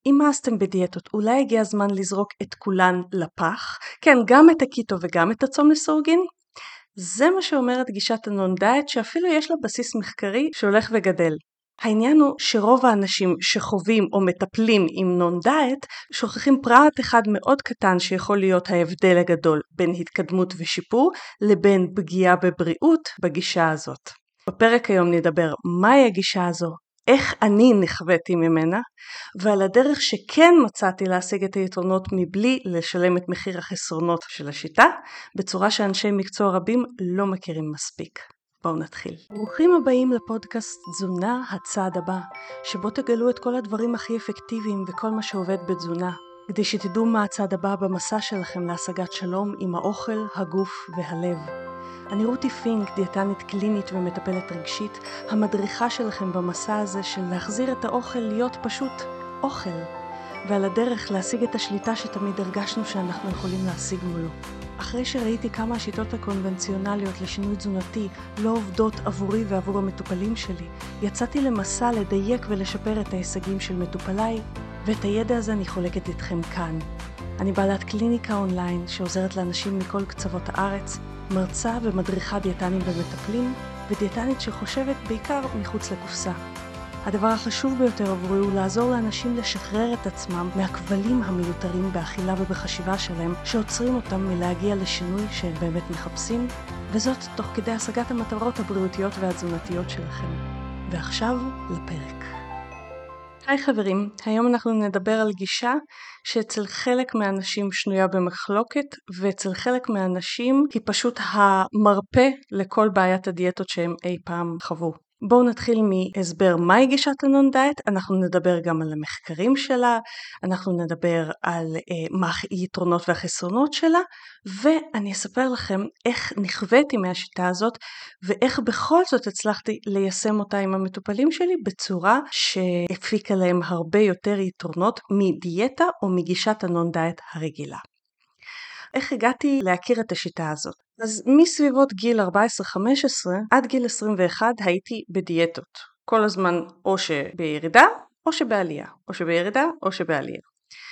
אם מאסתם בדיאטות, אולי הגיע הזמן לזרוק את כולן לפח, כן, גם את הקיטו וגם את הצום לסורגין? זה מה שאומרת גישת הנון-דייט, שאפילו יש לה בסיס מחקרי שהולך וגדל. העניין הוא שרוב האנשים שחווים או מטפלים עם נון-דייט, שוכחים פרט אחד מאוד קטן שיכול להיות ההבדל הגדול בין התקדמות ושיפור לבין פגיעה בבריאות בגישה הזאת. בפרק היום נדבר מהי הגישה הזו, איך אני נכוויתי ממנה, ועל הדרך שכן מצאתי להשיג את היתרונות מבלי לשלם את מחיר החסרונות של השיטה, בצורה שאנשי מקצוע רבים לא מכירים מספיק. בואו נתחיל. ברוכים הבאים לפודקאסט תזונה הצעד הבא, שבו תגלו את כל הדברים הכי אפקטיביים וכל מה שעובד בתזונה, כדי שתדעו מה הצעד הבא במסע שלכם להשגת שלום עם האוכל, הגוף והלב. אני רותי פינק, דיאטנית קלינית ומטפלת רגשית, המדריכה שלכם במסע הזה של להחזיר את האוכל להיות פשוט אוכל, ועל הדרך להשיג את השליטה שתמיד הרגשנו שאנחנו יכולים להשיג מולו. אחרי שראיתי כמה השיטות הקונבנציונליות לשינוי תזונתי לא עובדות עבורי ועבור המטופלים שלי, יצאתי למסע לדייק ולשפר את ההישגים של מטופליי, ואת הידע הזה אני חולקת איתכם כאן. אני בעלת קליניקה אונליין שעוזרת לאנשים מכל קצוות הארץ, מרצה ומדריכה דיאטנים ומטפלים, ודיאטנית שחושבת בעיקר מחוץ לקופסה. הדבר החשוב ביותר עבורי הוא לעזור לאנשים לשחרר את עצמם מהכבלים המיותרים באכילה ובחשיבה שלהם, שעוצרים אותם מלהגיע לשינוי שהם באמת מחפשים, וזאת תוך כדי השגת המטרות הבריאותיות והתזונתיות שלכם. ועכשיו לפרק. היי חברים, היום אנחנו נדבר על גישה שאצל חלק מהאנשים שנויה במחלוקת, ואצל חלק מהאנשים היא פשוט המרפא לכל בעיית הדיאטות שהם אי פעם חוו. בואו נתחיל מהסבר מהי גישת הנון-דייט, אנחנו נדבר גם על המחקרים שלה, אנחנו נדבר על מה היתרונות והחסרונות שלה, ואני אספר לכם איך נכוויתי מהשיטה הזאת, ואיך בכל זאת הצלחתי ליישם אותה עם המטופלים שלי בצורה שהפיקה להם הרבה יותר יתרונות מדיאטה או מגישת הנון-דייט הרגילה. איך הגעתי להכיר את השיטה הזאת? אז מסביבות גיל 14-15 עד גיל 21 הייתי בדיאטות. כל הזמן או שבירידה או שבעלייה, או שבירידה או שבעלייה.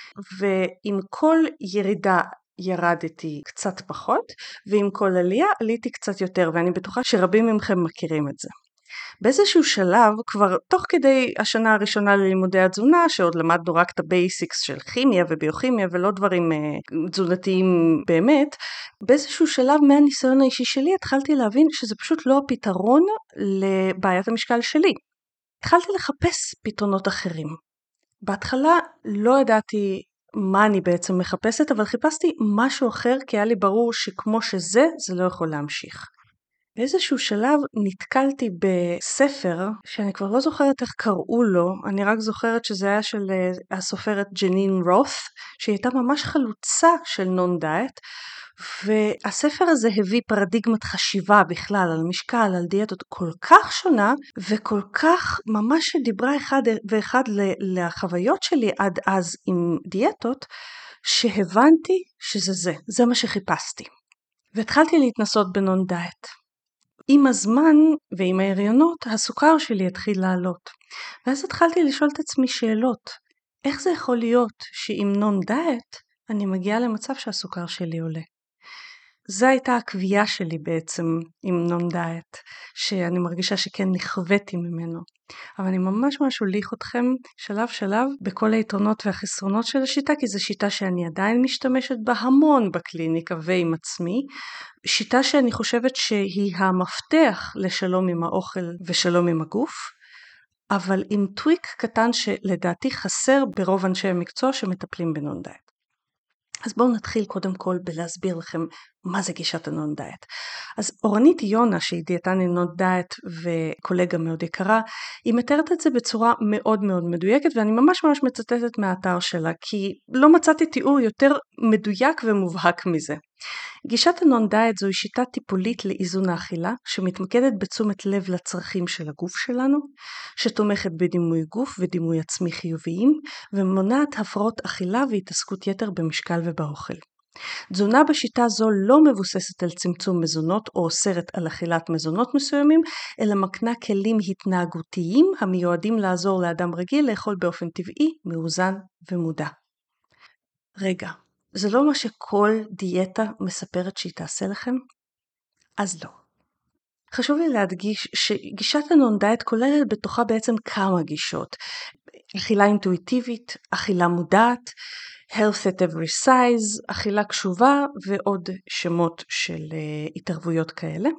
ועם כל ירידה ירדתי קצת פחות, ועם כל עלייה עליתי קצת יותר, ואני בטוחה שרבים מכם מכירים את זה. באיזשהו שלב, כבר תוך כדי השנה הראשונה ללימודי התזונה, שעוד למדנו רק את הבייסיקס של כימיה וביוכימיה ולא דברים תזונתיים באמת, באיזשהו שלב מהניסיון האישי שלי התחלתי להבין שזה פשוט לא הפתרון לבעיית המשקל שלי. התחלתי לחפש פתרונות אחרים. בהתחלה לא ידעתי מה אני בעצם מחפשת, אבל חיפשתי משהו אחר כי היה לי ברור שכמו שזה, זה לא יכול להמשיך. באיזשהו שלב נתקלתי בספר שאני כבר לא זוכרת איך קראו לו, אני רק זוכרת שזה היה של הסופרת ג'נין רות, שהיא הייתה ממש חלוצה של נון-דייט, והספר הזה הביא פרדיגמת חשיבה בכלל על משקל, על דיאטות כל כך שונה, וכל כך ממש דיברה אחד ואחד לחוויות שלי עד אז עם דיאטות, שהבנתי שזה מה שחיפשתי. והתחלתי להתנסות בנון-דייט. עם הזמן ועם ההריונות, הסוכר שלי התחיל לעלות. ואז התחלתי לשאול את עצמי שאלות. איך זה יכול להיות שעם נון-דייט אני מגיעה למצב שהסוכר שלי עולה? זו הייתה הקביעה שלי בעצם עם נון-דייט, שאני מרגישה שכן נכוויתי ממנו. אבל אני ממש הוליך אתכם שלב שלב בכל היתרונות והחסרונות של השיטה, כי זו שיטה שאני עדיין משתמשת בה המון בקליניקה ועם עצמי, שיטה שאני חושבת שהיא המפתח לשלום עם האוכל ושלום עם הגוף, אבל עם טוויק קטן שלדעתי חסר ברוב אנשי המקצוע שמטפלים בנון-דייט. אז בואו נתחיל קודם כל בלהסביר לכם מה זה גישת הנון-דייט. אז אורנית יונה, שהיא דיאטנית נון-דייט וקולגה מאוד יקרה, היא מתארת את זה בצורה מאוד מאוד מדויקת, ואני ממש מצטטת מהאתר שלה, כי לא מצאתי תיאור יותר מדויק ומובהק מזה. גישת הנון-דייט זוהי שיטה טיפולית לאיזון האכילה, שמתמקדת בתשומת לב לצרכים של הגוף שלנו, שתומכת בדימוי גוף ודימוי עצמי חיוביים, ומונעת הפרעות אכילה והתעסקות יתר במשקל ובאוכל. תזונה בשיטה זו לא מבוססת על צמצום מזונות או אוסרת על אכילת מזונות מסוימים, אלא מקנה כלים התנהגותיים המיועדים לעזור לאדם רגיל לאכול באופן טבעי, מאוזן ומודע. רגע, זה לא מה שכל דיאטה מספרת שהיא תעשה לכם? אז לא. חשוב לי להדגיש שגישת הנון-דייט כוללת בתוכה בעצם כמה גישות. אכילה אינטואיטיבית, אכילה מודעת, health at every size, אכילה קשובה ועוד שמות של התערבויות כאלה.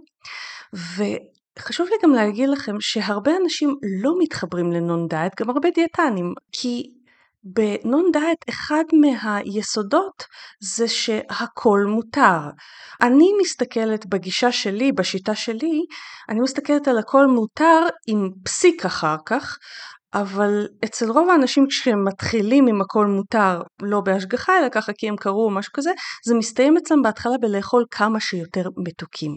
וחשוב לי גם להגיד לכם שהרבה אנשים לא מתחברים לנון-דייט, גם הרבה דיאטנים, כי בנון-דייט אחד מהיסודות זה שהכל מותר. אני מסתכלת בגישה שלי, בשיטה שלי, אני מסתכלת על הכל מותר עם פסיק אחר כך, אבל אצל רוב האנשים כשהם מתחילים עם הכל מותר, לא בהשגחה, אלא ככה כי הם קראו או משהו כזה, זה מסתיים אצלם בהתחלה בלאכול כמה שיותר מתוקים.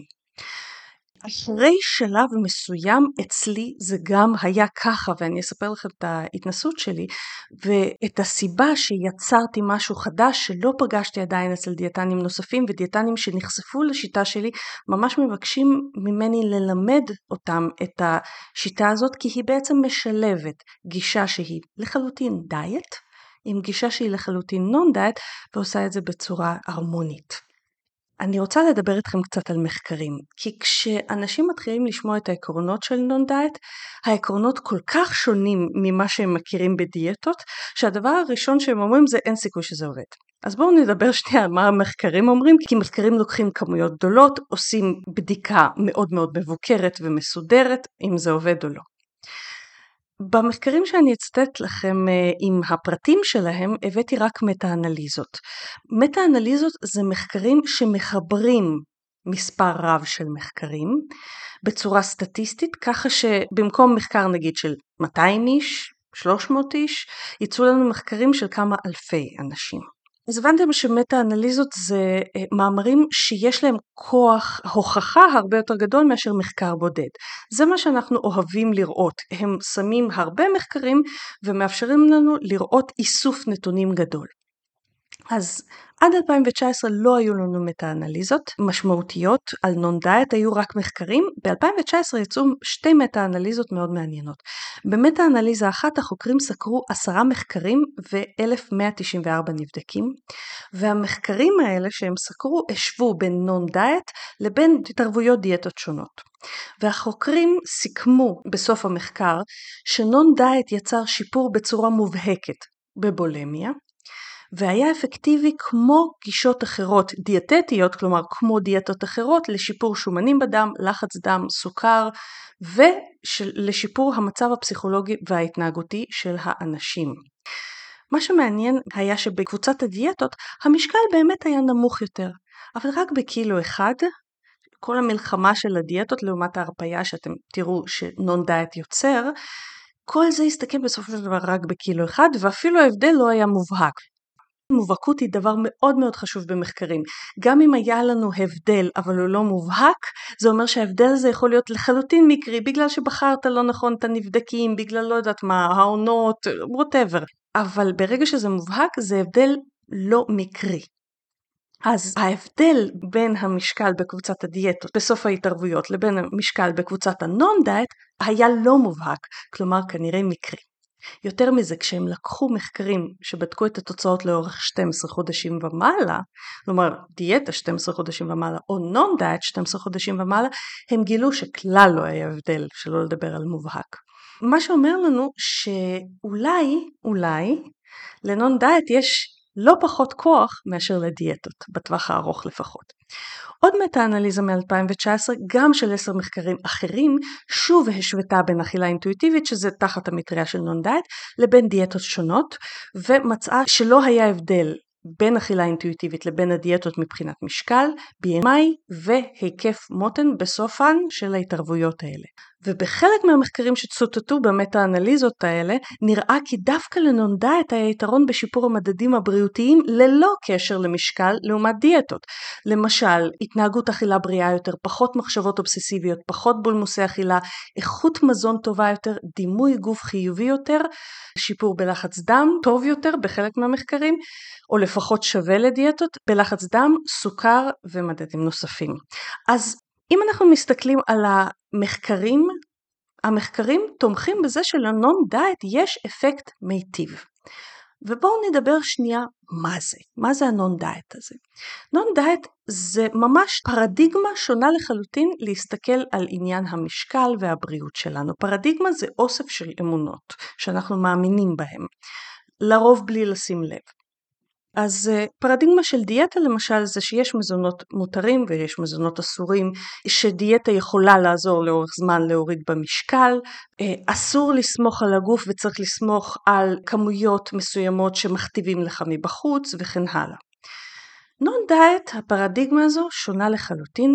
אחרי שלב מסוים אצלי זה גם היה ככה, ואני אספר לכם את ההתנסות שלי, ואת הסיבה שיצרתי משהו חדש שלא פגשתי עדיין אצל דיאטנים נוספים, ודיאטנים שנחשפו לשיטה שלי ממש מבקשים ממני ללמד אותם את השיטה הזאת, כי היא בעצם משלבת גישה שהיא לחלוטין דיאט, עם גישה שהיא לחלוטין נון דיאט, ועושה את זה בצורה הרמונית. אני רוצה לדבר איתכם קצת על מחקרים, כי כשאנשים מתחילים לשמוע את העקרונות של נון-דייט, העקרונות כל כך שונים ממה שהם מכירים בדיאטות, שהדבר הראשון שהם אומרים זה אין סיכוי שזה עובד. אז בואו נדבר שנייה על מה המחקרים אומרים, כי מחקרים לוקחים כמויות גדולות, עושים בדיקה מאוד מאוד מבוקרת ומסודרת, אם זה עובד או לא. במחקרים שאני אצטט לכם עם הפרטים שלהם, הבאתי רק מטה-אנליזות. מטה-אנליזות זה מחקרים שמחברים מספר רב של מחקרים בצורה סטטיסטית, ככה שבמקום מחקר נגיד של 200 איש, 300 איש, יצאו לנו מחקרים של כמה אלפי אנשים. אז הבנתם שמטה-אנליזות זה מאמרים שיש להם כוח הוכחה הרבה יותר גדול מאשר מחקר בודד. זה מה שאנחנו אוהבים לראות. הם שמים הרבה מחקרים ומאפשרים לנו לראות איסוף נתונים גדול. אז עד 2019 לא היו לנו מטה-אנליזות משמעותיות על נון-דייט, היו רק מחקרים. ב-2019 יצאו שתי מטה-אנליזות מאוד מעניינות. במטה-אנליזה אחת החוקרים סקרו 10 מחקרים ו-1194 נבדקים, והמחקרים האלה שהם סקרו השוו בין נון-דייט לבין התערבויות דיאטות שונות. והחוקרים סיכמו בסוף המחקר שנון-דייט יצר שיפור בצורה מובהקת בבולמיה, והיה אפקטיבי כמו גישות אחרות דיאטטיות, כלומר כמו דיאטות אחרות לשיפור שומנים בדם, לחץ דם, סוכר, ולשיפור המצב הפסיכולוגי וההתנהגותי של האנשים. מה שמעניין היה שבקבוצת הדיאטות המשקל באמת היה נמוך יותר, אבל רק בקילו אחד. כל המלחמה של הדיאטות לעומת ההרפאיה שאתם תראו שנון דיאט יוצר, כל זה הסתכם בסופו של דבר רק בקילו אחד, ואפילו ההבדל לא היה מובהק. מובהקות היא דבר מאוד מאוד חשוב במחקרים. גם אם היה לנו הבדל אבל הוא לא מובהק, זה אומר שההבדל הזה יכול להיות לחלוטין מקרי, בגלל שבחרת לא נכון את הנבדקים, בגלל לא יודעת מה, העונות, whatever. אבל ברגע שזה מובהק זה הבדל לא מקרי. אז ההבדל בין המשקל בקבוצת הדיאטות בסוף ההתערבויות לבין המשקל בקבוצת הנון-דייט היה לא מובהק, כלומר כנראה מקרי. יותר מזה, כשהם לקחו מחקרים שבדקו את התוצאות לאורך 12 חודשים ומעלה, כלומר דיאטה 12 חודשים ומעלה או נון-דייט 12 חודשים ומעלה, הם גילו שכלל לא היה הבדל, שלא לדבר על מובהק. מה שאומר לנו שאולי לנון-דייט יש לא פחות כוח מאשר לדיאטות, בטווח הארוך לפחות. עוד מטה-אנליזה מ-2019, גם של 10 מחקרים אחרים, שוב השוותה בין אכילה אינטואיטיבית, שזה תחת המטריה של נון-דייט, לבין דיאטות שונות, ומצאה שלא היה הבדל בין אכילה אינטואיטיבית לבין הדיאטות מבחינת משקל, BMI והיקף מותן בסופן של ההתערבויות האלה. ובחלק מהמחקרים שצוטטו במטה-אנליזות האלה, נראה כי דווקא לנון דיאט היה יתרון בשיפור המדדים הבריאותיים ללא קשר למשקל לעומת דיאטות. למשל, התנהגות אכילה בריאה יותר, פחות מחשבות אובססיביות, פחות בולמוסי אכילה, איכות מזון טובה יותר, דימוי גוף חיובי יותר, שיפור בלחץ דם טוב יותר בחלק מהמחקרים, או לפחות שווה לדיאטות, בלחץ דם, סוכר ומדדים נוספים. אז אם אנחנו מסתכלים על המחקרים תומכים בזה שלנון דיאט יש אפקט מיטיב. ובואו נדבר שנייה מה זה הנון דיאט הזה. נון דיאט זה ממש פרדיגמה שונה לחלוטין להסתכל על עניין המשקל והבריאות שלנו. פרדיגמה זה אוסף של אמונות שאנחנו מאמינים בהם, לרוב בלי לשים לב. אז פרדיגמה של דיאטה למשל זה שיש מזונות מותרים ויש מזונות אסורים, שדיאטה יכולה לעזור לאורך זמן להוריד במשקל, אסור לסמוך על הגוף וצריך לסמוך על כמויות מסוימות שמכתיבים לך מבחוץ וכן הלאה. נון דיאט, הפרדיגמה הזו שונה לחלוטין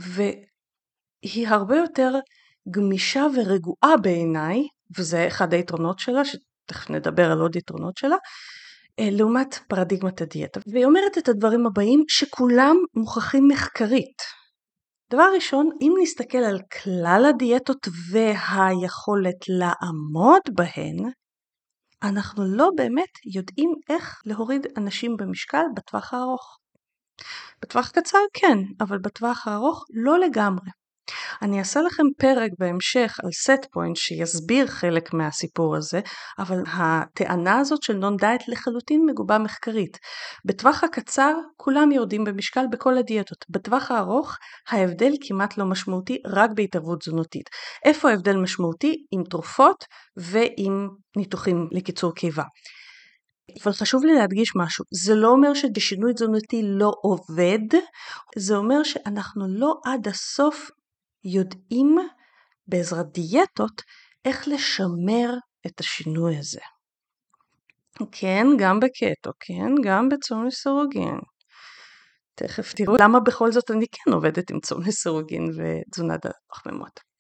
והיא הרבה יותר גמישה ורגועה בעיניי, וזה אחד היתרונות שלה, שתכף נדבר על עוד יתרונות שלה, לעומת פרדיגמת הדיאטה. והיא אומרת את הדברים הבאים שכולם מוכחים מחקרית. דבר ראשון, אם נסתכל על כלל הדיאטות והיכולת לעמוד בהן, אנחנו לא באמת יודעים איך להוריד אנשים במשקל בטווח הארוך. בטווח קצר כן, אבל בטווח הארוך לא לגמרי. אני אעשה לכם פרק בהמשך על set point שיסביר חלק מהסיפור הזה, אבל הטענה הזאת של נון דיאט לחלוטין מגובה מחקרית. בטווח הקצר כולם יורדים במשקל בכל הדיאטות. בטווח הארוך ההבדל כמעט לא משמעותי, רק בהתערבות תזונתית. איפה ההבדל משמעותי? עם תרופות ועם ניתוחים לקיצור קיבה. אבל חשוב לי להדגיש משהו, זה לא אומר ששינוי תזונתי לא עובד, זה אומר שאנחנו לא עד הסוף יודעים בעזרת דיאטות איך לשמר את השינוי הזה. כן, גם בקטו, כן, גם בצום לסירוגין. תכף תראו למה בכל זאת אני כן עובדת עם צום לסירוגין ותזונה דלת פחמימות.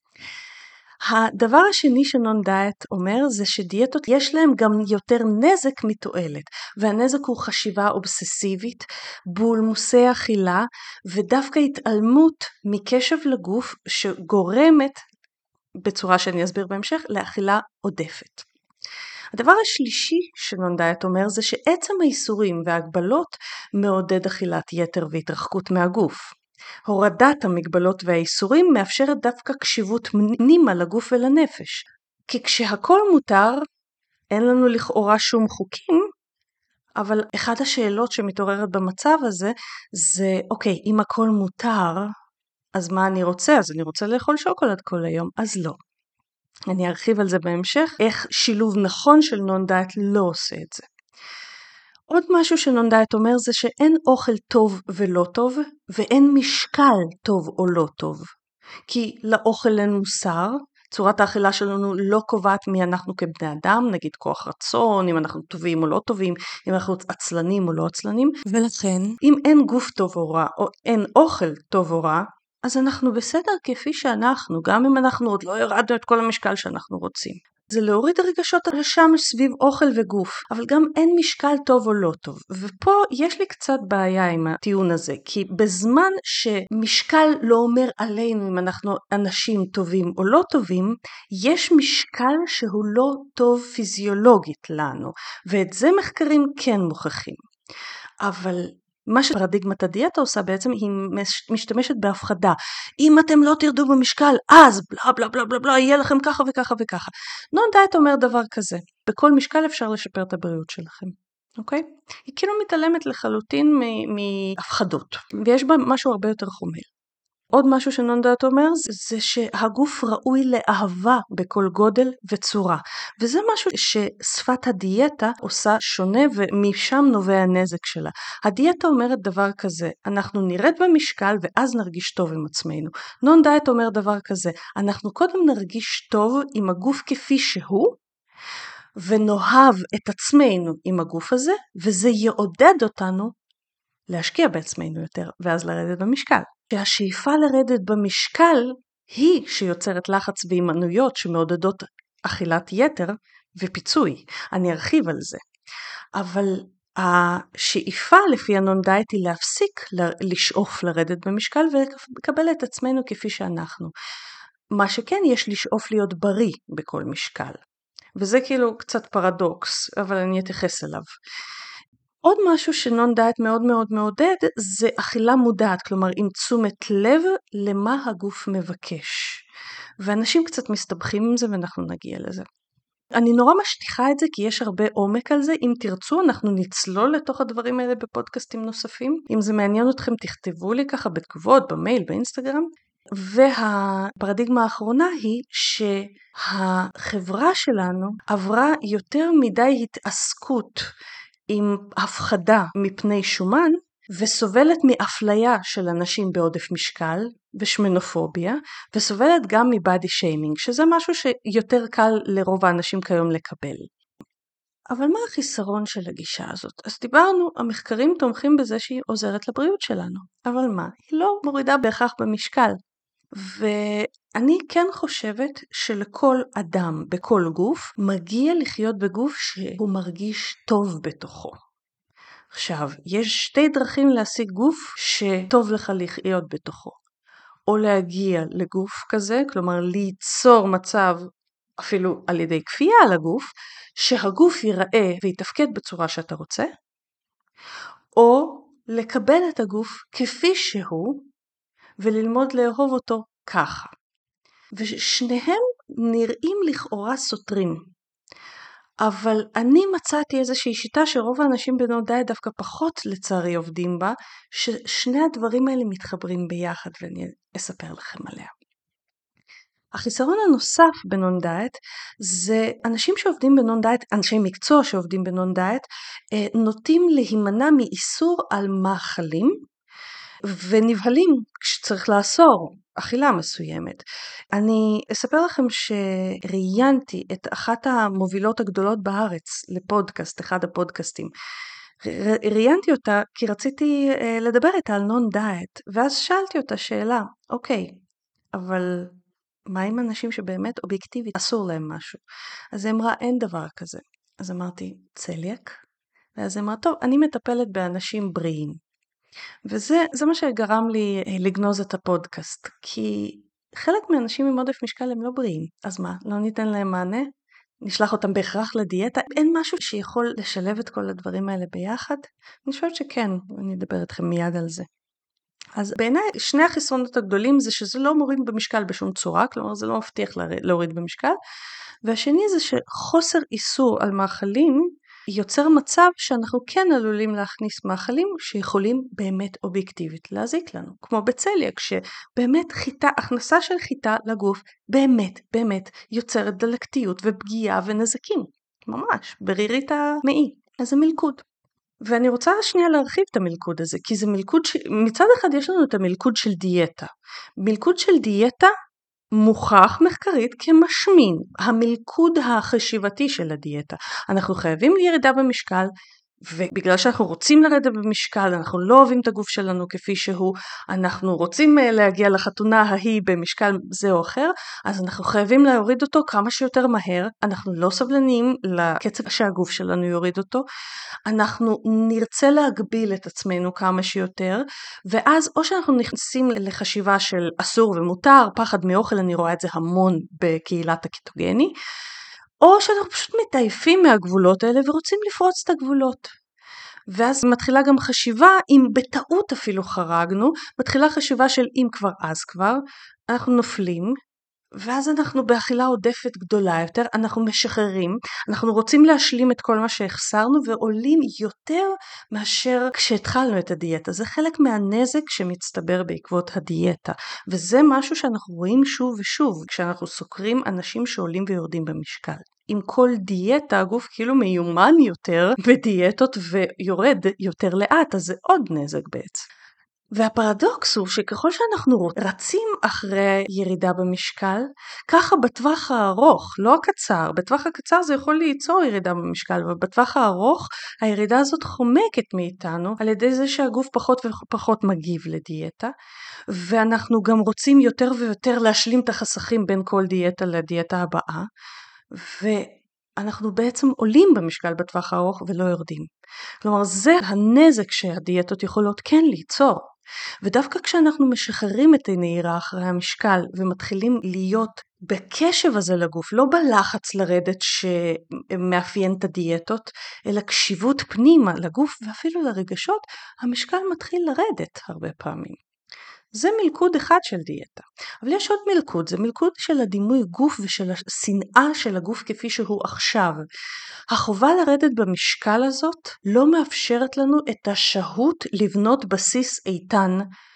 הדבר השני שנון דיאט אומר זה שדיאטות יש להם גם יותר נזק מתועלת, והנזק הוא חשיבה אובססיבית, בולמוסי אכילה ודווקא התעלמות מקשב לגוף שגורמת, בצורה שאני אסביר בהמשך, לאכילה עודפת. הדבר השלישי שנון דיאט אומר זה שעצם האיסורים וההגבלות מעודד אכילת יתר והתרחקות מהגוף. הורדת המגבלות והאיסורים מאפשרת דווקא קשיבות פנימה לגוף ולנפש. כי כשהכל מותר, אין לנו לכאורה שום חוקים, אבל אחת השאלות שמתעוררת במצב הזה, זה אוקיי, אם הכל מותר, אז מה אני רוצה? אז אני רוצה לאכול שוקולד כל היום, אז לא. אני ארחיב על זה בהמשך, איך שילוב נכון של נון דיאט לא עושה את זה. עוד משהו שנון דיאט אומר זה שאין אוכל טוב ולא טוב, ואין משקל טוב או לא טוב. כי לאוכל אין מוסר, צורת האכילה שלנו לא קובעת מי אנחנו כבני אדם, נגיד כוח רצון, אם אנחנו טובים או לא טובים, אם אנחנו עצלנים או לא עצלנים, ולכן אם אין גוף טוב או רע, או אין אוכל טוב או רע, אז אנחנו בסדר כפי שאנחנו, גם אם אנחנו עוד לא ירדנו את כל המשקל שאנחנו רוצים. זה להוריד רגשות הרשם סביב אוכל וגוף, אבל גם אין משקל טוב או לא טוב. ופה יש לי קצת בעיה עם הטיעון הזה, כי בזמן שמשקל לא אומר עלינו אם אנחנו אנשים טובים או לא טובים, יש משקל שהוא לא טוב פיזיולוגית לנו, ואת זה מחקרים כן מוכחים. אבל מה שפרדיגמת הדיאטה עושה בעצם, היא משתמשת בהפחדה. אם אתם לא תרדו במשקל, אז בלה בלה בלה בלה בלה, יהיה לכם ככה וככה וככה. נון דיאט אומר דבר כזה, בכל משקל אפשר לשפר את הבריאות שלכם. אוקיי? היא כאילו מתעלמת לחלוטין מהפחדות, ויש בה משהו הרבה יותר חומל. עוד משהו שנון דיאט אומר זה שהגוף ראוי לאהבה בכל גודל וצורה, וזה משהו ששפת הדיאטה עושה שונה ומשם נובע הנזק שלה. הדיאטה אומרת דבר כזה, אנחנו נרד במשקל ואז נרגיש טוב עם עצמנו. נון דיאט אומר דבר כזה, אנחנו קודם נרגיש טוב עם הגוף כפי שהוא, ונאהב את עצמנו עם הגוף הזה, וזה יעודד אותנו להשקיע בעצמנו יותר, ואז לרדת במשקל. שהשאיפה לרדת במשקל היא שיוצרת לחץ ואימנויות שמעודדות אכילת יתר ופיצוי. אני ארחיב על זה. אבל השאיפה לפי הנון-דייט היא להפסיק לשאוף לרדת במשקל ולקבל את עצמנו כפי שאנחנו. מה שכן, יש לשאוף להיות בריא בכל משקל. וזה כאילו קצת פרדוקס, אבל אני אתייחס אליו. עוד משהו שנון-דייט מאוד מאוד מעודד זה אכילה מודעת, כלומר עם תשומת לב למה הגוף מבקש. ואנשים קצת מסתבכים עם זה ואנחנו נגיע לזה. אני נורא משטיחה את זה כי יש הרבה עומק על זה. אם תרצו אנחנו נצלול לתוך הדברים האלה בפודקאסטים נוספים. אם זה מעניין אתכם תכתבו לי ככה בתגובות, במייל, באינסטגרם. והפרדיגמה האחרונה היא שהחברה שלנו עברה יותר מדי התעסקות עם הפחדה מפני שומן וסובלת מאפליה של אנשים בעודף משקל ושמנופוביה, וסובלת גם מבאדי שיימינג, שזה משהו שיותר קל לרוב האנשים כיום לקבל. אבל מה החיסרון של הגישה הזאת? אז דיברנו, המחקרים תומכים בזה שהיא עוזרת לבריאות שלנו, אבל מה? היא לא מורידה בהכרח במשקל. ואני כן חושבת שלכל אדם בכל גוף מגיע לחיות בגוף שהוא מרגיש טוב בתוכו. עכשיו, יש שתי דרכים להשיג גוף שטוב לך לחיות בתוכו. או להגיע לגוף כזה, כלומר ליצור מצב אפילו על ידי כפייה על הגוף, שהגוף ייראה ויתפקד בצורה שאתה רוצה, או לקבל את הגוף כפי שהוא וללמוד לאהוב אותו ככה. ושניהם נראים לכאורה סותרים. אבל אני מצאתי איזושהי שיטה שרוב האנשים בנון-דייט דווקא פחות לצערי עובדים בה, ששני הדברים האלה מתחברים ביחד ואני אספר לכם עליה. החיסרון הנוסף בנון-דייט זה אנשים שעובדים בנון-דייט, אנשי מקצוע שעובדים בנון-דייט, נוטים להימנע מאיסור על מאכלים, ונבהלים כשצריך לאסור אכילה מסוימת. אני אספר לכם שראיינתי את אחת המובילות הגדולות בארץ לפודקאסט, אחד הפודקאסטים. ראיינתי אותה כי רציתי לדבר איתה על נון-דייט, ואז שאלתי אותה שאלה, אוקיי, אבל מה עם אנשים שבאמת אובייקטיבית אסור להם משהו? אז היא אמרה, אין דבר כזה. אז אמרתי, צליאק? ואז היא אמרה, טוב, אני מטפלת באנשים בריאים. וזה מה שגרם לי לגנוז את הפודקאסט, כי חלק מהאנשים עם עודף משקל הם לא בריאים. אז מה, לא ניתן להם מענה? נשלח אותם בהכרח לדיאטה? אין משהו שיכול לשלב את כל הדברים האלה ביחד? אני חושבת שכן, אני אדבר איתכם מיד על זה. אז בעיניי שני החסרונות הגדולים זה שזה לא מוריד במשקל בשום צורה, כלומר זה לא מבטיח להוריד במשקל, והשני זה שחוסר איסור על מאכלים יוצר מצב שאנחנו כן עלולים להכניס מאכלים שיכולים באמת אובייקטיבית להזיק לנו, כמו בצליאק, שבאמת הכנסה של חיטה לגוף באמת יוצרת דלקתיות ופגיעה ונזקים, ממש ברירית המעי. אז זה מלכוד. ואני רוצה שנייה להרחיב את המלכוד הזה, כי זה מלכוד מצד אחד יש לנו את המלכוד של דיאטה. מלכוד של דיאטה מוכח מחקרית כמשמין, המלכוד החשיבתי של הדיאטה. אנחנו חייבים ירידה במשקל, ובגלל שאנחנו רוצים לרדת במשקל, אנחנו לא אוהבים את הגוף שלנו כפי שהוא, אנחנו רוצים להגיע לחתונה ההיא במשקל זה או אחר, אז אנחנו חייבים להוריד אותו כמה שיותר מהר, אנחנו לא סבלניים לקצב שהגוף שלנו יוריד אותו, אנחנו נרצה להגביל את עצמנו כמה שיותר, ואז או שאנחנו נכנסים לחשיבה של אסור ומותר, פחד מאוכל, אני רואה את זה המון בקהילת הקטוגני, או שאנחנו פשוט מתעייפים מהגבולות האלה ורוצים לפרוץ את הגבולות. ואז מתחילה גם חשיבה, אם בטעות אפילו חרגנו, מתחילה חשיבה של אם כבר אז כבר, אנחנו נופלים, ואז אנחנו באכילה עודפת גדולה יותר, אנחנו משחררים, אנחנו רוצים להשלים את כל מה שהחסרנו, ועולים יותר מאשר כשהתחלנו את הדיאטה. זה חלק מהנזק שמצטבר בעקבות הדיאטה, וזה משהו שאנחנו רואים שוב ושוב, כשאנחנו סוקרים אנשים שעולים ויורדים במשקל. עם כל דיאטה הגוף כאילו מיומן יותר בדיאטות ויורד יותר לאט, אז זה עוד נזק בעצם. והפרדוקס הוא שככל שאנחנו רצים אחרי ירידה במשקל, ככה בטווח הארוך, לא הקצר, בטווח הקצר זה יכול ליצור ירידה במשקל, אבל בטווח הארוך הירידה הזאת חומקת מאיתנו על ידי זה שהגוף פחות ופחות מגיב לדיאטה, ואנחנו גם רוצים יותר ויותר להשלים את החסכים בין כל דיאטה לדיאטה הבאה, ואנחנו בעצם עולים במשקל בטווח הארוך ולא יורדים. כלומר זה הנזק שהדיאטות יכולות כן ליצור. ודווקא כשאנחנו משחררים את הנהירה אחרי המשקל ומתחילים להיות בקשב הזה לגוף, לא בלחץ לרדת שמאפיין את הדיאטות, אלא קשיבות פנימה לגוף ואפילו לרגשות, המשקל מתחיל לרדת הרבה פעמים. זה מלכוד אחד של דיאטה. אבל יש עוד מלכוד, זה מלכוד של הדימוי גוף ושל השנאה של הגוף כפי שהוא עכשיו. החובה לרדת במשקל הזאת לא מאפשרת לנו את השהות לבנות בסיס איתן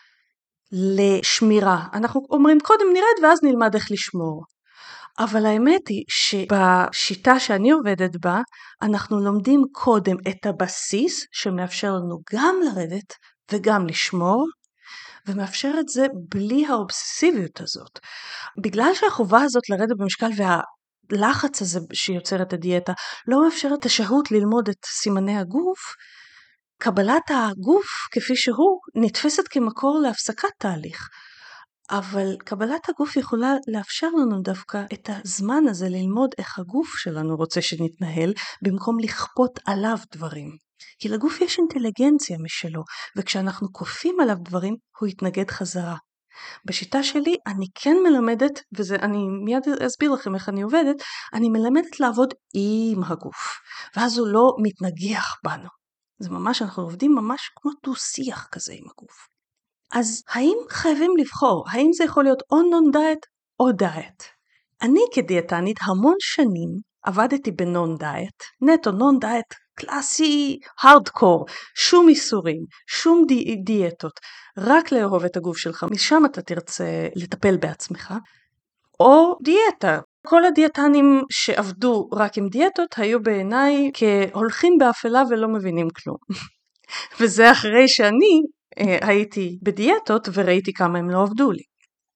לשמירה. אנחנו אומרים קודם נרד ואז נלמד איך לשמור. אבל האמת היא שבשיטה שאני עובדת בה, אנחנו לומדים קודם את הבסיס שמאפשר לנו גם לרדת וגם לשמור, ומאפשר את זה בלי האובססיביות הזאת. בגלל שהחובה הזאת לרדת במשקל והלחץ הזה שיוצר את הדיאטה לא מאפשר את השהות ללמוד את סימני הגוף, קבלת הגוף כפי שהוא נתפסת כמקור להפסקת תהליך. אבל קבלת הגוף יכולה לאפשר לנו דווקא את הזמן הזה ללמוד איך הגוף שלנו רוצה שנתנהל, במקום לכפות עליו דברים. כי לגוף יש אינטליגנציה משלו, וכשאנחנו כופים עליו דברים, הוא יתנגד חזרה. בשיטה שלי אני כן מלמדת, ואני מיד אסביר לכם איך אני עובדת, אני מלמדת לעבוד עם הגוף, ואז הוא לא מתנגח בנו. זה ממש, אנחנו עובדים ממש כמו דו-שיח כזה עם הגוף. אז האם חייבים לבחור? האם זה יכול להיות או נון-דיאט או דיאט? אני כדיאטנית המון שנים עבדתי בנון-דיאט, נטו נון-דיאט קלאסי, הארדקור, שום איסורים, שום דיאטות, רק לאהוב את הגוף שלך, משם אתה תרצה לטפל בעצמך, או דיאטה. כל הדיאטנים שעבדו רק עם דיאטות היו בעיניי כהולכים באפלה ולא מבינים כלום. וזה אחרי שאני הייתי בדיאטות וראיתי כמה הם לא עבדו לי.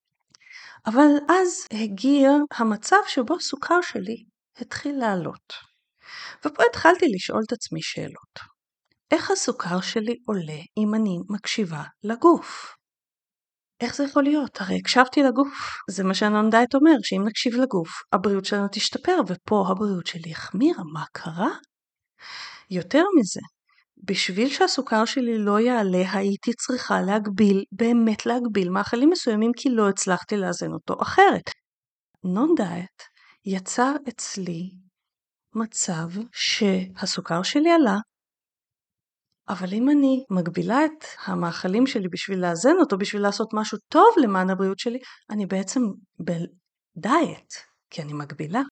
אבל אז הגיע המצב שבו סוכר שלי התחיל לעלות. ופה התחלתי לשאול את עצמי שאלות. איך הסוכר שלי עולה אם אני מקשיבה לגוף? איך זה יכול להיות? הרי הקשבתי לגוף. זה מה שהנון-דיאט אומר, שאם נקשיב לגוף, הבריאות שלנו תשתפר, ופה הבריאות שלי החמירה. מה קרה? יותר מזה, בשביל שהסוכר שלי לא יעלה, הייתי צריכה להגביל, באמת להגביל מאכלים מסוימים, כי לא הצלחתי לאזן אותו אחרת. נון-דיאט יצר אצלי מצב שהסוכר שלי עלה, אבל אם אני מגבילה את המאכלים שלי בשביל לאזן אותו, בשביל לעשות משהו טוב למען הבריאות שלי, אני בעצם בדיאט, כי אני מגבילה.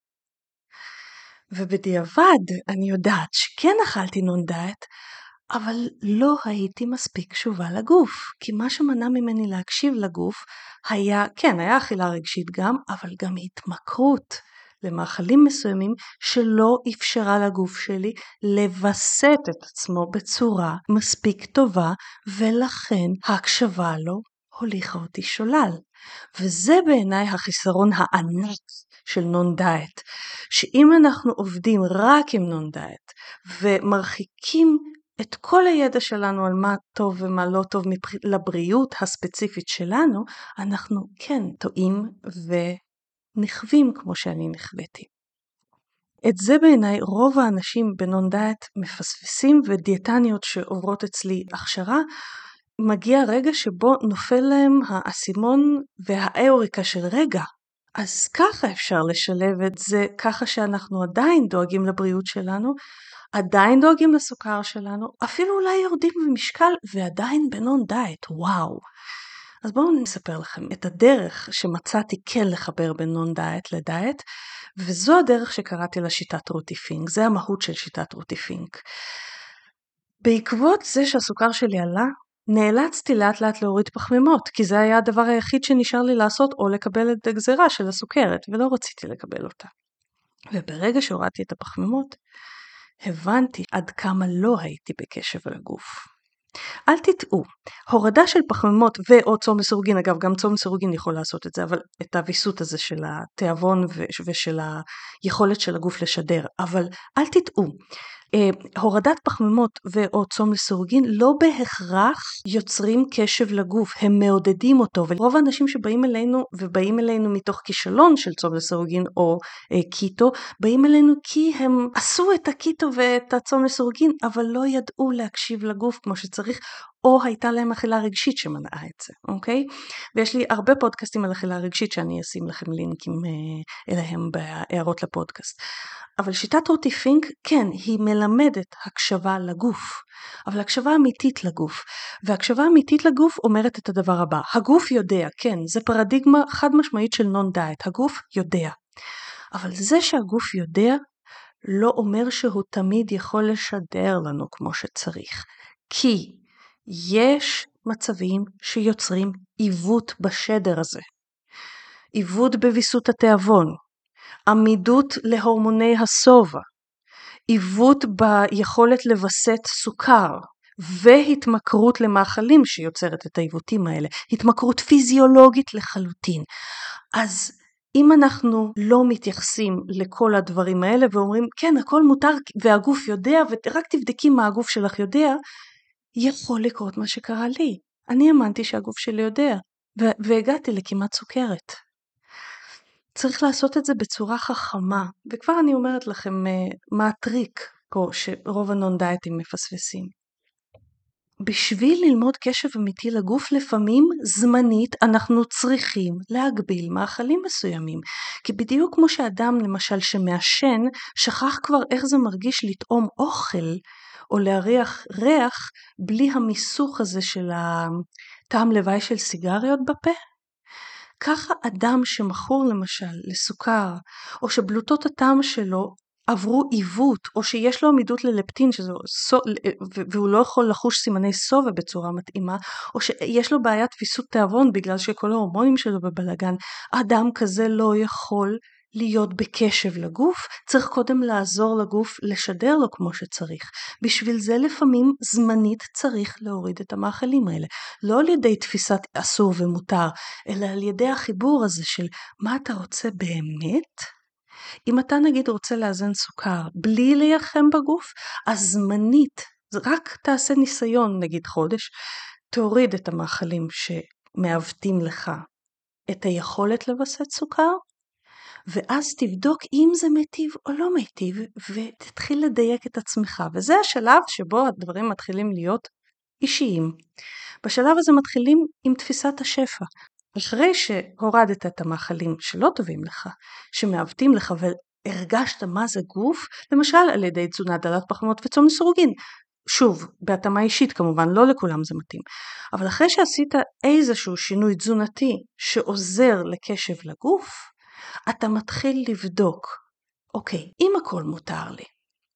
ובדיעבד אני יודעת שכן אכלתי נון-דיאט, אבל לא הייתי מספיק קשובה לגוף, כי מה שמנע ממני להקשיב לגוף היה, כן, היה אכילה רגשית גם, אבל גם התמכרות למאכלים מסוימים שלא אפשרה לגוף שלי לבסט את עצמו בצורה מספיק טובה, ולכן ההקשבה לו הוליכה אותי שולל. וזה בעיניי החיסרון הענק של נון-דיאט, שאם אנחנו עובדים רק עם נון-דיאט ומרחיקים את כל הידע שלנו על מה טוב ומה לא טוב לבריאות הספציפית שלנו, אנחנו כן טועים ונכווים כמו שאני נכוויתי. את זה בעיניי רוב האנשים בנון-דיאט מפספסים, ודיאטניות שעוברות אצלי הכשרה, מגיע רגע שבו נופל להם האסימון והאוריקה של רגע. אז ככה אפשר לשלב את זה, ככה שאנחנו עדיין דואגים לבריאות שלנו, עדיין דואגים לסוכר שלנו, אפילו אולי יורדים במשקל ועדיין בנון-דיאט, וואו. אז בואו נספר לכם את הדרך שמצאתי כן לחבר בין נון-דיאט לדיאט, וזו הדרך שקראתי לה שיטת רותי פינק, זה המהות של שיטת רותי פינק. בעקבות זה שהסוכר שלי עלה, נאלצתי לאט לאט להוריד פחמימות, כי זה היה הדבר היחיד שנשאר לי לעשות, או לקבל את הגזירה של הסוכרת, ולא רציתי לקבל אותה. וברגע שהורדתי את הפחמימות, הבנתי עד כמה לא הייתי בקשב לגוף. אל תטעו, הורדה של פחמימות ואו צום לסירוגין, אגב גם צום לסירוגין יכול לעשות את זה, אבל את הוויסות הזה של התיאבון ושל היכולת של הגוף לשדר, אבל אל תטעו, הורדת פחמימות ואו צום לסירוגין לא בהכרח יוצרים קשב לגוף, הם מעודדים אותו, ורוב האנשים שבאים אלינו ובאים אלינו מתוך כישלון של צום לסירוגין או קיטו, באים אלינו כי הם עשו את הקיטו ואת הצום לסירוגין, אבל לא ידעו להקשיב לגוף כמו שצריך, או הייתה להם אכילה רגשית שמנעה את זה, אוקיי? ויש לי הרבה פודקאסטים על אכילה רגשית שאני אשים לכם לינקים אליהם בהערות לפודקאסט. אבל שיטת רותי פינק, כן, היא מלמדת הקשבה לגוף, אבל הקשבה אמיתית לגוף. והקשבה אמיתית לגוף אומרת את הדבר הבא, הגוף יודע, כן, זה פרדיגמה חד משמעית של נון דיאט, הגוף יודע. אבל זה שהגוף יודע, לא אומר שהוא תמיד יכול לשדר לנו כמו שצריך. כי יש מצבים שיוצרים עיוות בשדר הזה. עיוות בוויסות התיאבון. עמידות להורמוני הסובה, עיוות ביכולת לבסט סוכר, והתמכרות למאכלים שיוצרת את העיוותים האלה, התמכרות פיזיולוגית לחלוטין. אז אם אנחנו לא מתייחסים לכל הדברים האלה ואומרים, כן, הכל מותר והגוף יודע, ורק תבדקי מה הגוף שלך יודע, יכול לקרות מה שקרה לי. אני האמנתי שהגוף שלי יודע, והגעתי לכמעט סוכרת. צריך לעשות את זה בצורה חכמה, וכבר אני אומרת לכם מה הטריק פה שרוב הנון דיאטים מפספסים. בשביל ללמוד קשב אמיתי לגוף, לפעמים זמנית אנחנו צריכים להגביל מאכלים מסוימים, כי בדיוק כמו שאדם למשל שמעשן, שכח כבר איך זה מרגיש לטעום אוכל, או להריח ריח, בלי המיסוך הזה של הטעם לוואי של סיגריות בפה, ככה אדם שמכור למשל לסוכר, או שבלוטות הטעם שלו עברו עיוות, או שיש לו עמידות ללפטין, והוא לא יכול לחוש סימני סובה בצורה מתאימה, או שיש לו בעיית ויסות תיאבון בגלל שכל ההורמונים שלו בבלגן, אדם כזה לא יכול להיות בקשב לגוף, צריך קודם לעזור לגוף לשדר לו כמו שצריך. בשביל זה לפעמים זמנית צריך להוריד את המאכלים האלה. לא על ידי תפיסת אסור ומותר, אלא על ידי החיבור הזה של מה אתה רוצה באמת? אם אתה נגיד רוצה לאזן סוכר בלי לייחם בגוף, אז זמנית, רק תעשה ניסיון נגיד חודש, תוריד את המאכלים שמעוותים לך את היכולת לבסט סוכר, ואז תבדוק אם זה מיטיב או לא מיטיב, ותתחיל לדייק את עצמך. וזה השלב שבו הדברים מתחילים להיות אישיים. בשלב הזה מתחילים עם תפיסת השפע. אחרי שהורדת את המאכלים שלא טובים לך, שמעוותים לך והרגשת מה זה גוף, למשל על ידי תזונה דלת פחמימות וצום לסירוגין. שוב, בהתאמה אישית כמובן, לא לכולם זה מתאים. אבל אחרי שעשית איזשהו שינוי תזונתי שעוזר לקשב לגוף, אתה מתחיל לבדוק, אוקיי, אם הכל מותר לי,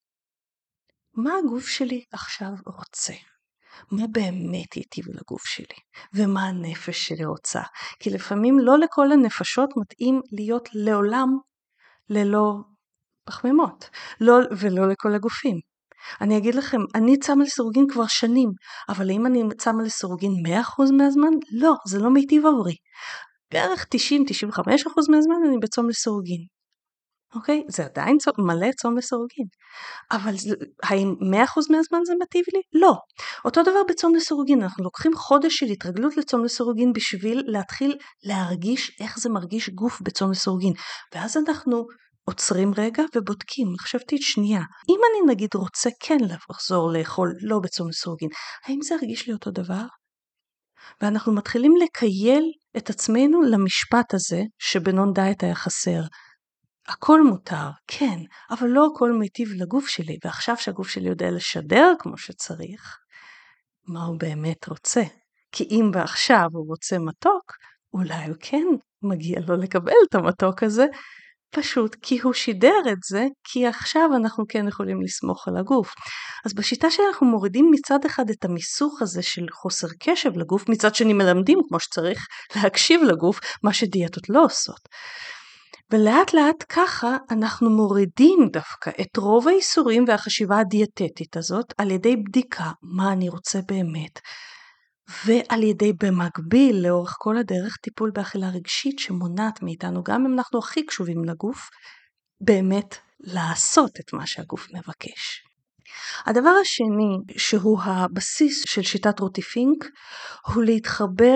מה הגוף שלי עכשיו רוצה? מה באמת ייטיב לגוף שלי? ומה הנפש שלי רוצה? כי לפעמים לא לכל הנפשות מתאים להיות לעולם ללא פחמימות, ולא לכל הגופים. אני אגיד לכם, אני צמה לסירוגין כבר שנים, אבל אם אני צמה לסירוגין 100% מהזמן, לא, זה לא מיטיב עבורי. בערך 90-95% מהזמן אני בצום לסירוגין. אוקיי? זה עדיין מלא צום לסירוגין. אבל האם 100% מהזמן זה מטיב לי? לא. אותו דבר בצום לסירוגין. אנחנו לוקחים חודש של התרגלות לצום לסירוגין בשביל להתחיל להרגיש איך זה מרגיש גוף בצום לסירוגין. ואז אנחנו עוצרים רגע ובודקים, מחשבתית שנייה. אם אני נגיד רוצה כן לחזור לאכול לא בצום לסירוגין, האם זה הרגיש לי אותו דבר? ואנחנו מתחילים לקייל את עצמנו למשפט הזה שבנון דיאט היה חסר. הכל מותר, כן, אבל לא הכל מיטיב לגוף שלי, ועכשיו שהגוף שלי יודע לשדר כמו שצריך, מה הוא באמת רוצה? כי אם ועכשיו הוא רוצה מתוק, אולי הוא כן מגיע לו לקבל את המתוק הזה, פשוט כי הוא שידר את זה, כי עכשיו אנחנו כן יכולים לסמוך על הגוף. אז בשיטה שאנחנו מורידים מצד אחד את המיסוך הזה של חוסר קשב לגוף, מצד שני מלמדים כמו שצריך להקשיב לגוף, מה שדיאטות לא עושות. ולאט לאט ככה אנחנו מורידים דווקא את רוב האיסורים והחשיבה הדיאטטית הזאת על ידי בדיקה מה אני רוצה באמת, ועל ידי במקביל לאורך כל הדרך טיפול באכילה רגשית שמונעת מאיתנו, גם אם אנחנו הכי קשובים לגוף, באמת לעשות את מה שהגוף מבקש. הדבר השני שהוא הבסיס של שיטת רוטי פינק הוא להתחבר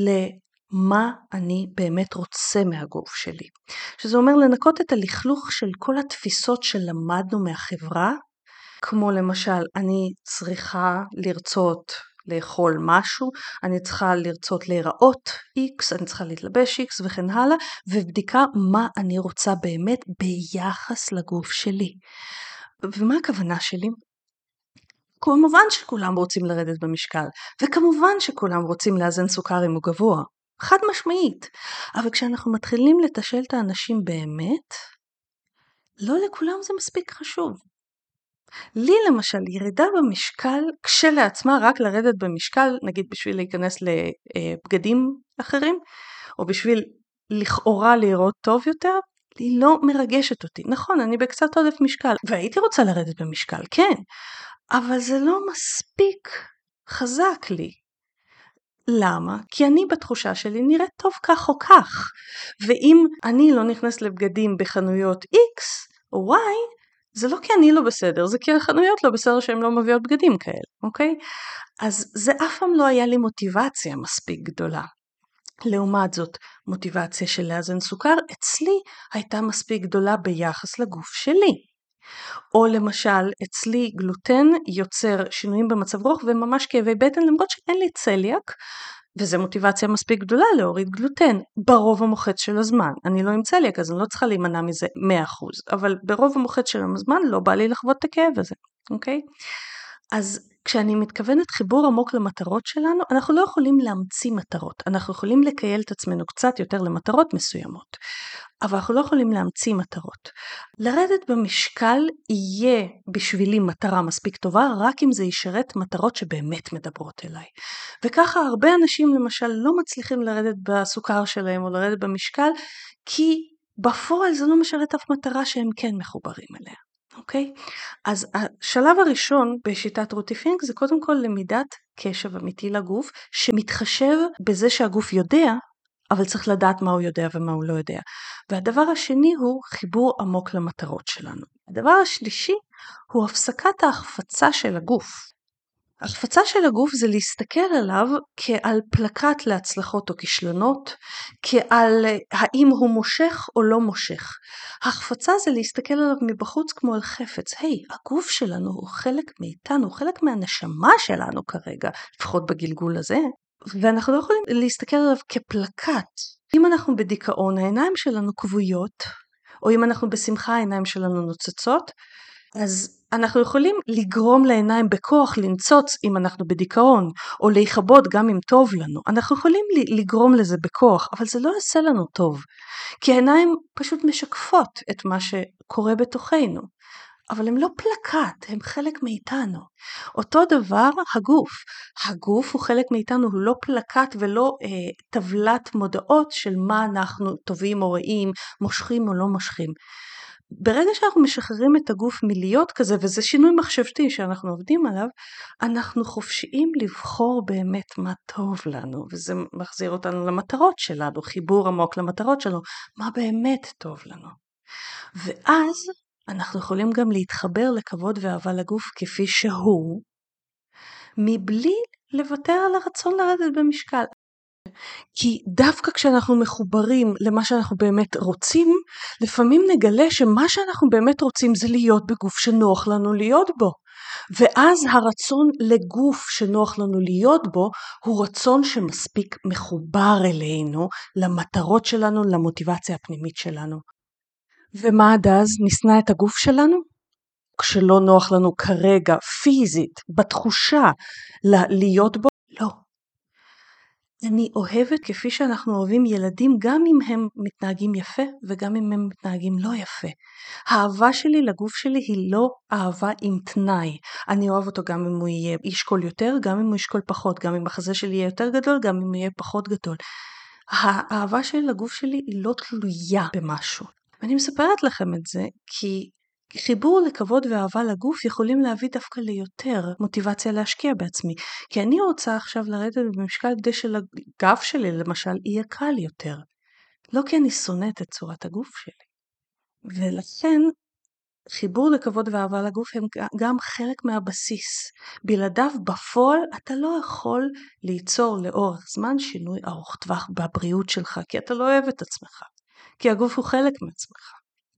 למה אני באמת רוצה מהגוף שלי. שזה אומר לנקות את הלכלוך של כל התפיסות שלמדנו מהחברה, כמו למשל אני צריכה לרצות לאכול משהו, אני צריכה לרצות להיראות X, אני צריכה להתלבש X וכן הלאה, ובדיקה מה אני רוצה באמת ביחס לגוף שלי. ומה הכוונה שלי? כמובן שכולם רוצים לרדת במשקל, וכמובן שכולם רוצים לאזן סוכר אם הוא גבוה, חד משמעית. אבל כשאנחנו מתחילים לתשאל את האנשים באמת, לא לכולם זה מספיק חשוב. לי למשל ירידה במשקל כשלעצמה, רק לרדת במשקל, נגיד בשביל להיכנס לבגדים אחרים, או בשביל לכאורה לראות טוב יותר, היא לא מרגשת אותי. נכון, אני בקצת עודף משקל, והייתי רוצה לרדת במשקל, כן, אבל זה לא מספיק חזק לי. למה? כי אני בתחושה שלי נראית טוב כך או כך, ואם אני לא נכנס לבגדים בחנויות X או Y, זה לא כי אני לא בסדר, זה כי החנויות לא בסדר שהן לא מביאות בגדים כאלה, אוקיי? אז זה אף פעם לא היה לי מוטיבציה מספיק גדולה. לעומת זאת, מוטיבציה של לאזן סוכר אצלי הייתה מספיק גדולה ביחס לגוף שלי. או למשל, אצלי גלוטן יוצר שינויים במצב רוח וממש כאבי בטן, למרות שאין לי צליאק, וזה מוטיבציה מספיק גדולה להוריד גלוטן, ברוב המוחץ של הזמן. אני לא עם צליאק, אז אני לא צריכה להימנע מזה 100%, אבל ברוב המוחץ של הזמן לא בא לי לחוות את הכאב הזה, אוקיי? אז כשאני מתכוונת חיבור עמוק למטרות שלנו, אנחנו לא יכולים להמציא מטרות, אנחנו יכולים לקייל את עצמנו קצת יותר למטרות מסוימות, אבל אנחנו לא יכולים להמציא מטרות. לרדת במשקל יהיה בשבילי מטרה מספיק טובה, רק אם זה ישרת מטרות שבאמת מדברות אליי. וככה הרבה אנשים למשל לא מצליחים לרדת בסוכר שלהם או לרדת במשקל, כי בפועל זה לא משרת אף מטרה שהם כן מחוברים אליה. אוקיי? אז השלב הראשון בשיטת רוטי פינק זה קודם כל למידת קשב אמיתי לגוף, שמתחשב בזה שהגוף יודע, אבל צריך לדעת מה הוא יודע ומה הוא לא יודע. והדבר השני הוא חיבור עמוק למטרות שלנו. הדבר השלישי הוא הפסקת ההחפצה של הגוף. ההחפצה של הגוף זה להסתכל עליו כעל פלקט להצלחות או כישלונות, כעל האם הוא מושך או לא מושך. ההחפצה זה להסתכל עליו מבחוץ כמו על חפץ. הגוף שלנו הוא חלק מאיתנו, הוא חלק מהנשמה שלנו כרגע, לפחות בגלגול הזה. ואנחנו לא יכולים להסתכל עליו כפלקט. אם אנחנו בדיכאון, העיניים שלנו כבויות, או אם אנחנו בשמחה, העיניים שלנו נוצצות, אז אנחנו יכולים לגרום לעיניים בכוח לנצוץ אם אנחנו בדיכאון, או להיכבות גם אם טוב לנו. אנחנו יכולים לגרום לזה בכוח, אבל זה לא יעשה לנו טוב, כי העיניים פשוט משקפות את מה שקורה בתוכנו. אבל הם לא פלקט, הם חלק מאיתנו. אותו דבר הגוף. הגוף הוא חלק מאיתנו, הוא לא פלקט ולא טבלת מודעות של מה אנחנו טובים או רעים, מושכים או לא מושכים. ברגע שאנחנו משחררים את הגוף מלהיות כזה, וזה שינוי מחשבתי שאנחנו עובדים עליו, אנחנו חופשיים לבחור באמת מה טוב לנו, וזה מחזיר אותנו למטרות שלנו, חיבור עמוק למטרות שלנו, מה באמת טוב לנו. ואז אנחנו יכולים גם להתחבר לכבוד ואהבה לגוף כפי שהוא, מבלי לוותר על הרצון לרדת במשקל. כי דווקא כשאנחנו מחוברים למה שאנחנו באמת רוצים, לפעמים נגלה שמה שאנחנו באמת רוצים זה להיות בגוף שנוח לנו להיות בו. ואז הרצון לגוף שנוח לנו להיות בו, הוא רצון שמספיק מחובר אלינו, למטרות שלנו, למוטיבציה הפנימית שלנו. ומה עד אז נשנא את הגוף שלנו? כשלא נוח לנו כרגע, פיזית, בתחושה, להיות בו? לא. אני אוהבת כפי שאנחנו אוהבים ילדים, גם אם הם מתנהגים יפה וגם אם הם מתנהגים לא יפה. האהבה שלי לגוף שלי היא לא אהבה עם תנאי. אני אוהב אותו גם אם הוא ישקול יותר, גם אם הוא ישקול פחות, גם אם החזה שלי יהיה יותר גדול, גם אם הוא יהיה פחות גדול. האהבה שלי לגוף שלי היא לא תלויה במשהו. ואני מספרת לכם את זה כי חיבור לכבוד ואהבה לגוף יכולים להביא דווקא ליותר מוטיבציה להשקיע בעצמי. כי אני רוצה עכשיו לרדת במשקל כדי שלגב שלי למשל יהיה קל יותר. לא כי אני שונאת את צורת הגוף שלי. ולכן חיבור לכבוד ואהבה לגוף הם גם חלק מהבסיס. בלעדיו בפועל אתה לא יכול ליצור לאורך זמן שינוי ארוך טווח בבריאות שלך, כי אתה לא אוהב את עצמך. כי הגוף הוא חלק מעצמך.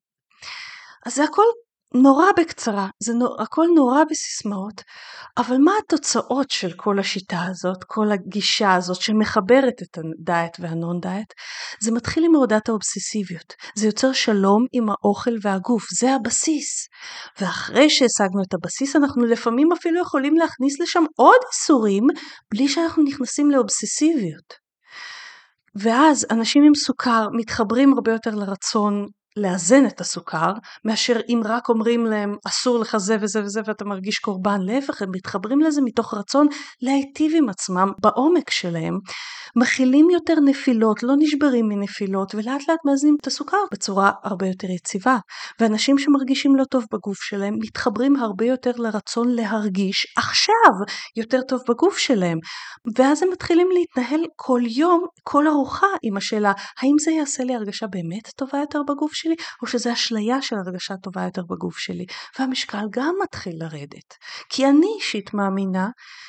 אז זה הכל נורא בקצרה, הכל נורא בסיסמאות, אבל מה התוצאות של כל השיטה הזאת, כל הגישה הזאת שמחברת את הדיאט והנון דיאט? זה מתחיל עם הורדת האובססיביות, זה יוצר שלום עם האוכל והגוף, זה הבסיס. ואחרי שהשגנו את הבסיס, אנחנו לפעמים אפילו יכולים להכניס לשם עוד איסורים, בלי שאנחנו נכנסים לאובססיביות. ואז אנשים עם סוכר מתחברים הרבה יותר לרצון לאזן את הסוכר, מאשר אם רק אומרים להם אסור לך זה וזה וזה ואתה מרגיש קורבן. להפך, הם מתחברים לזה מתוך רצון להיטיב עם עצמם בעומק שלהם, מכילים יותר נפילות, לא נשברים מנפילות, ולאט לאט מאזנים את הסוכר בצורה הרבה יותר יציבה. ואנשים שמרגישים לא טוב בגוף שלהם מתחברים הרבה יותר לרצון להרגיש עכשיו יותר טוב בגוף שלהם, ואז הם מתחילים להתנהל כל יום, כל ארוחה עם השאלה, האם זה יעשה לי הרגשה באמת טובה יותר בגוף שלי, או שזה אשליה של הרגשה טובה יותר בגוף שלי. והמשקל גם מתחיל לרדת, כי אני אישית מאמינה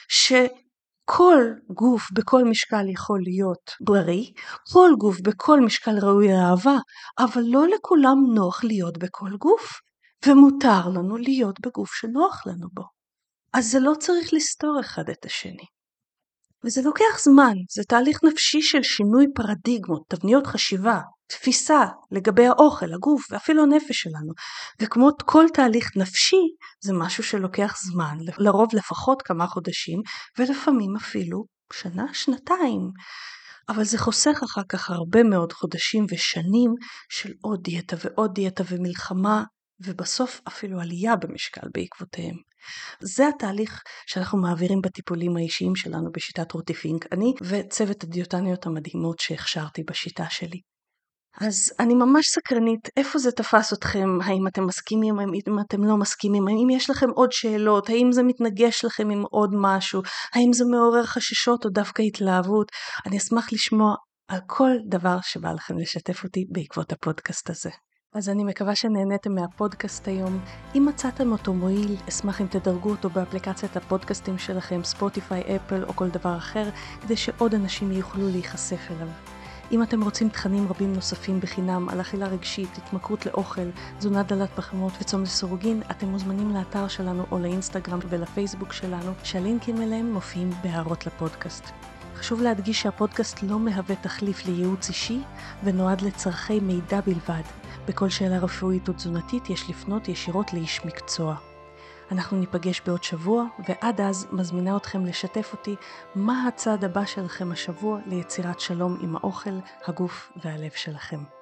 שכל גוף בכל משקל יכול להיות בריא, כל גוף בכל משקל ראוי לאהבה, אבל לא לכולם נוח להיות בכל גוף, ומותר לנו להיות בגוף שנוח לנו בו. אז זה לא צריך לסתור אחד את השני. וזה לוקח זמן, זה תהליך נפשי של שינוי פרדיגמות, תבניות חשיבה, תפיסה לגבי האוכל, הגוף ואפילו הנפש שלנו. וכמו כל תהליך נפשי, זה משהו שלוקח זמן, לרוב לפחות כמה חודשים, ולפעמים אפילו שנה, שנתיים. אבל זה חוסך אחר כך הרבה מאוד חודשים ושנים של עוד דיאטה ועוד דיאטה ומלחמה, ובסוף אפילו עלייה במשקל בעקבותיהם. זה התהליך שאנחנו מעבירים בטיפולים האישיים שלנו בשיטת רותי פינק, אני וצוות הדיאטניות המדהימות שהכשרתי בשיטה שלי. אז אני ממש סקרנית, איפה זה תפס אתכם? האם אתם מסכימים, האם אתם לא מסכימים, האם יש לכם עוד שאלות, האם זה מתנגש לכם עם עוד משהו, האם זה מעורר חששות או דווקא התלהבות? אני אשמח לשמוע על כל דבר שבא לכם לשתף אותי בעקבות הפודקאסט הזה. אז אני מקווה שנהניתם מהפודקאסט היום. אם מצאתם אותו מועיל, אשמח אם תדרגו אותו באפליקציית הפודקאסטים שלכם, ספוטיפיי, אפל או כל דבר אחר, כדי שעוד אנשים יוכלו להיחשף אליו. אם אתם רוצים תכנים רבים נוספים בחינם על אכילה רגשית, התמכרות לאוכל, תזונה דלת פחמימות וצום לסירוגין, אתם מוזמנים לאתר שלנו או לאינסטגרם ולפייסבוק שלנו, שהלינקים אליהם מופיעים בהערות לפודקאסט. חשוב להדגיש שהפודקאסט לא מהווה תחליף לייעוץ אישי ונועד לצרכי מידע בלבד. בכל שאלה רפואית או תזונתית יש לפנות ישירות לאיש מקצוע. אנחנו ניפגש בעוד שבוע, ועד אז מזמינה אתכם לשתף אותי מה הצעד הבא שלכם השבוע ליצירת שלום עם האוכל, הגוף והלב שלכם.